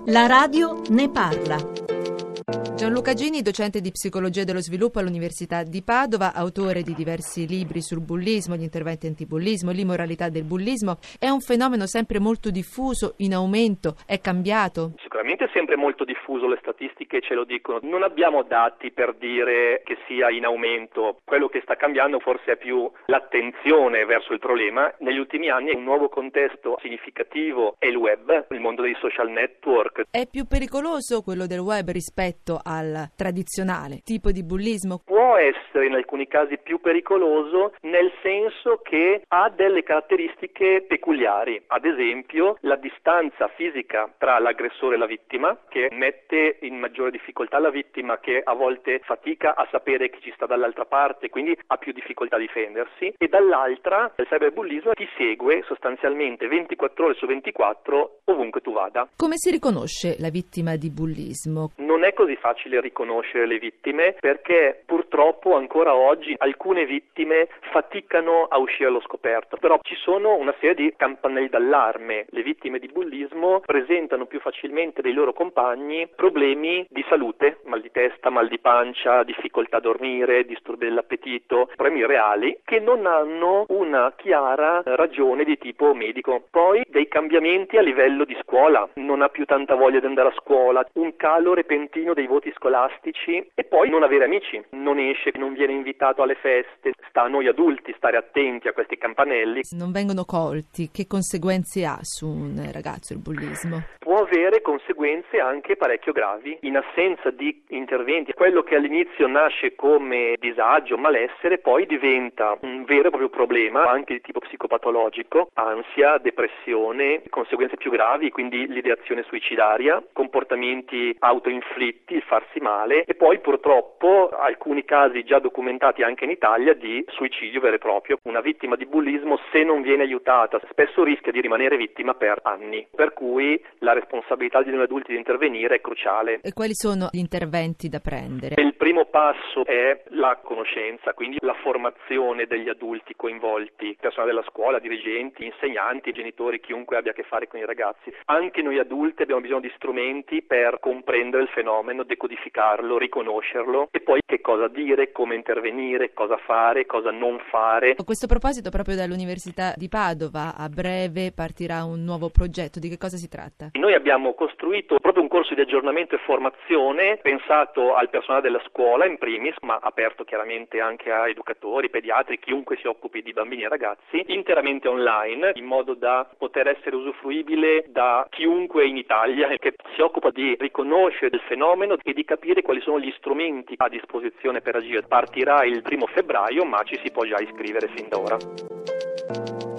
La radio ne parla. Gianluca Gini, docente di psicologia dello sviluppo all'Università di Padova, autore di diversi libri sul bullismo, gli interventi antibullismo, l'immoralità del bullismo. È un fenomeno sempre molto diffuso, in aumento, è cambiato? Sicuramente è sempre molto diffuso, le statistiche ce lo dicono. Non abbiamo dati per dire che sia in aumento. Quello che sta cambiando forse è più l'attenzione verso il problema. Negli ultimi anni un nuovo contesto significativo è il web, il mondo dei social network. È più pericoloso quello del web rispetto al tradizionale tipo di bullismo? Può essere in alcuni casi più pericoloso, nel senso che ha delle caratteristiche peculiari. Ad esempio, la distanza fisica tra l'aggressore e la vittima, che mette in maggiore difficoltà la vittima, che a volte fatica a sapere chi ci sta dall'altra parte, quindi ha più difficoltà a difendersi, e dall'altra il cyberbullismo ti segue sostanzialmente 24 ore su 24 ovunque tu vada. Come si riconosce la vittima di bullismo? Non è così facile riconoscere le vittime, perché purtroppo ancora oggi alcune vittime faticano a uscire allo scoperto, però ci sono una serie di campanelli d'allarme. Le vittime di bullismo presentano più facilmente dei loro compagni problemi di salute, mal di testa, mal di pancia, difficoltà a dormire, disturbi dell'appetito, problemi reali che non hanno una chiara ragione di tipo medico. Poi dei cambiamenti a livello di scuola, non ha più tanta voglia di andare a scuola, un calo repentino dei voti scolastici e poi non avere amici, non esce, non viene invitato alle feste. Sta a noi adulti stare attenti a questi campanelli. Non vengono colti, che conseguenze ha su un ragazzo il bullismo? Può avere conseguenze anche parecchio gravi. In assenza di interventi, quello che all'inizio nasce come disagio, malessere, poi diventa un vero e proprio problema, anche di tipo psicopatologico, ansia, depressione, conseguenze più gravi, quindi l'ideazione suicidaria, comportamenti autoinflitti, il farsi male, e poi purtroppo alcuni casi già documentati anche in Italia di suicidio vero e proprio. Una vittima di bullismo, se non viene aiutata, spesso rischia di rimanere vittima per anni, per cui la responsabilità di noi adulti di intervenire è cruciale. E quali sono gli interventi da prendere? Il primo passo è la conoscenza, quindi la formazione degli adulti coinvolti, personale della scuola, dirigenti, insegnanti, genitori, chiunque abbia a che fare con i ragazzi. Anche noi adulti abbiamo bisogno di strumenti per comprendere il fenomeno, decodificarlo, riconoscerlo e poi che cosa dire, come intervenire, cosa fare, cosa non fare. A questo proposito, proprio dall'Università di Padova a breve partirà un nuovo progetto. Di che cosa si tratta? Noi abbiamo costruito proprio un corso di aggiornamento e formazione pensato al personale della scuola in primis, ma aperto chiaramente anche a educatori, pediatri, chiunque si occupi di bambini e ragazzi, interamente online, in modo da poter essere usufruibile da chiunque in Italia che si occupa di riconoscere il fenomeno e di capire quali sono gli strumenti a disposizione per agire. Partirà il 1° febbraio, ma ci si può già iscrivere fin da ora.